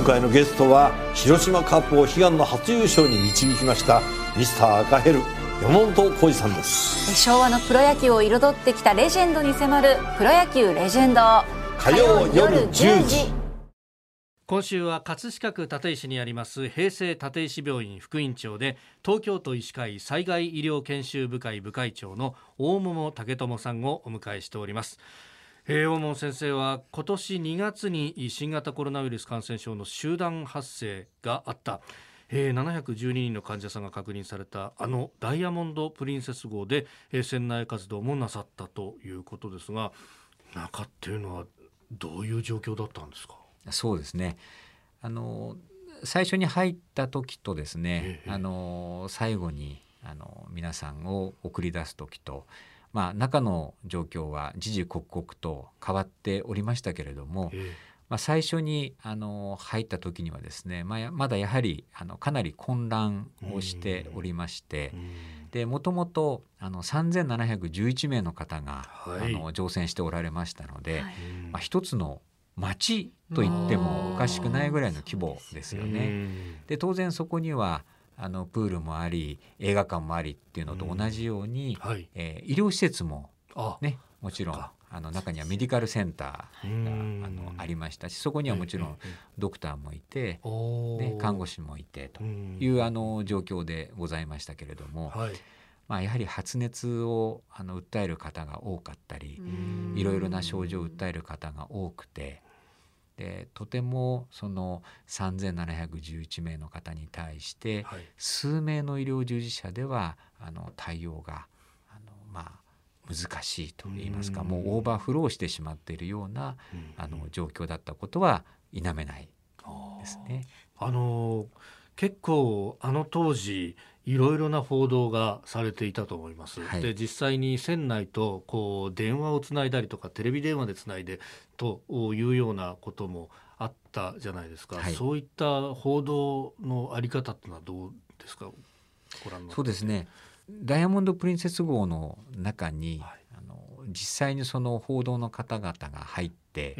回のゲストは広島カップを悲願の初優勝に導きましたミスター赤ヘル山本浩二さんです。 昭和のプロ野球を彩ってきたレジェンドに迫るプロ野球レジェンド、 火曜夜10時。 今週は葛飾区立石にあります平成立石病院副院長で東京都医師会災害医療研修部会部会長の大桃武智さんをお迎えしております。大桃先生は今年2月に新型コロナウイルス感染症の集団発生があった、712人の患者さんが確認されたダイヤモンドプリンセス号で、船内活動もなさったということですが、中っていうのはどういう状況だったんですか？ そうですね、最初に入った時とですね、最後に皆さんを送り出す時と、中の状況は時々刻々と変わっておりましたけれども、最初に入った時にはですね、まだやはりかなり混乱をしておりまして、でもともと3711名の方が、乗船しておられましたので、一つの町と言ってもおかしくないぐらいの規模ですよね。で当然そこにはプールもあり映画館もありっていうのと同じように、医療施設も、ね、もちろん中にはメディカルセンターがありましたし、そこにはもちろんドクターもいて、で看護師もいてという状況でございましたけれども、やはり発熱を訴える方が多かったり、いろいろな症状を訴える方が多くて、でとてもその3711名の方に対して、数名の医療従事者では対応が難しいといいますか、もうオーバーフローしてしまっているような状況だったことは否めないですね。 結構当時いろいろな報道がされていたと思います。で実際に船内と電話をつないだりとかテレビ電話でつないでというようなこともあったじゃないですか。そういった報道のあり方ってのはどうですか？ご覧になって。 そうですね、ダイヤモンドプリンセス号の中に、実際にその報道の方々が入って、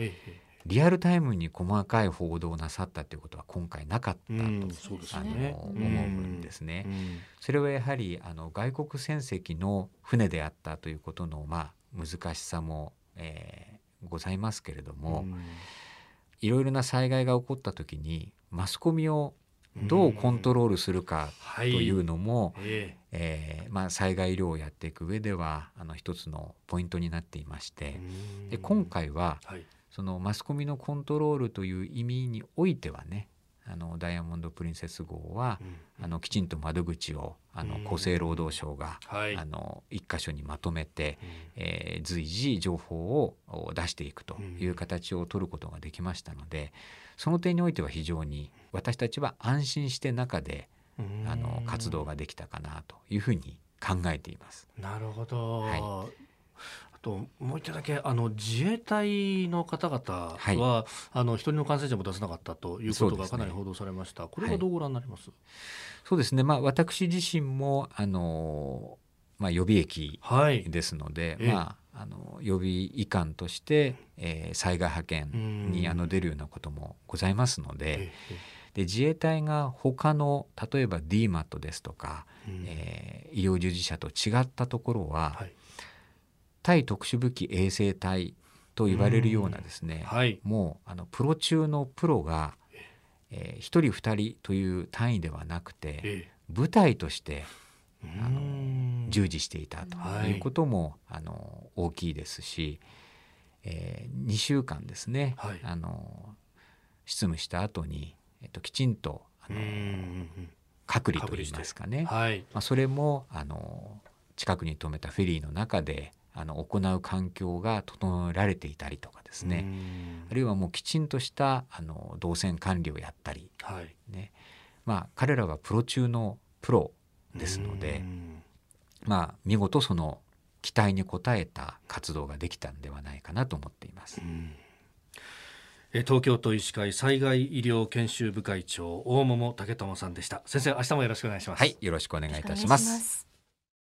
リアルタイムに細かい報道をなさったということは今回なかったと、思うんですね。それはやはり外国船籍の船であったということの、難しさも、ございますけれども、いろいろな災害が起こった時にマスコミをどうコントロールするかというのも、災害医療をやっていく上では一つのポイントになっていまして、で今回は、そのマスコミのコントロールという意味においてはね、ダイヤモンドプリンセス号は、きちんと窓口を厚生労働省が、一箇所にまとめて、随時情報を出していくという形を取ることができましたので、その点においては非常に私たちは安心して中で活動ができたかなというふうに考えています。 なるほど。もう一点だけ自衛隊の方々は、一人の感染者も出せなかったということがかなり報道されました。これはどうご覧になります？ そうですね、私自身も予備役ですので、予備医官として、災害派遣に出るようなこともございますので、自衛隊が他の例えば DMAT ですとか、医療従事者と違ったところは、対特殊武器衛生隊と言われるようなですね、もうプロ中のプロが、1人2人という単位ではなくて、部隊として従事していたということも大きいですし、2週間ですね、執務した後に、きちんと隔離といいますかね、それも近くに止めたフェリーの中で行う環境が整えられていたりとかですね、あるいはもうきちんとした動線管理をやったり、彼らはプロ中のプロですので、見事その期待に応えた活動ができたんではないかなと思っています。 東京都医師会災害医療研修部会長大桃武智さんでした。先生、明日もよろしくお願いします。 よろしくお願いいたします。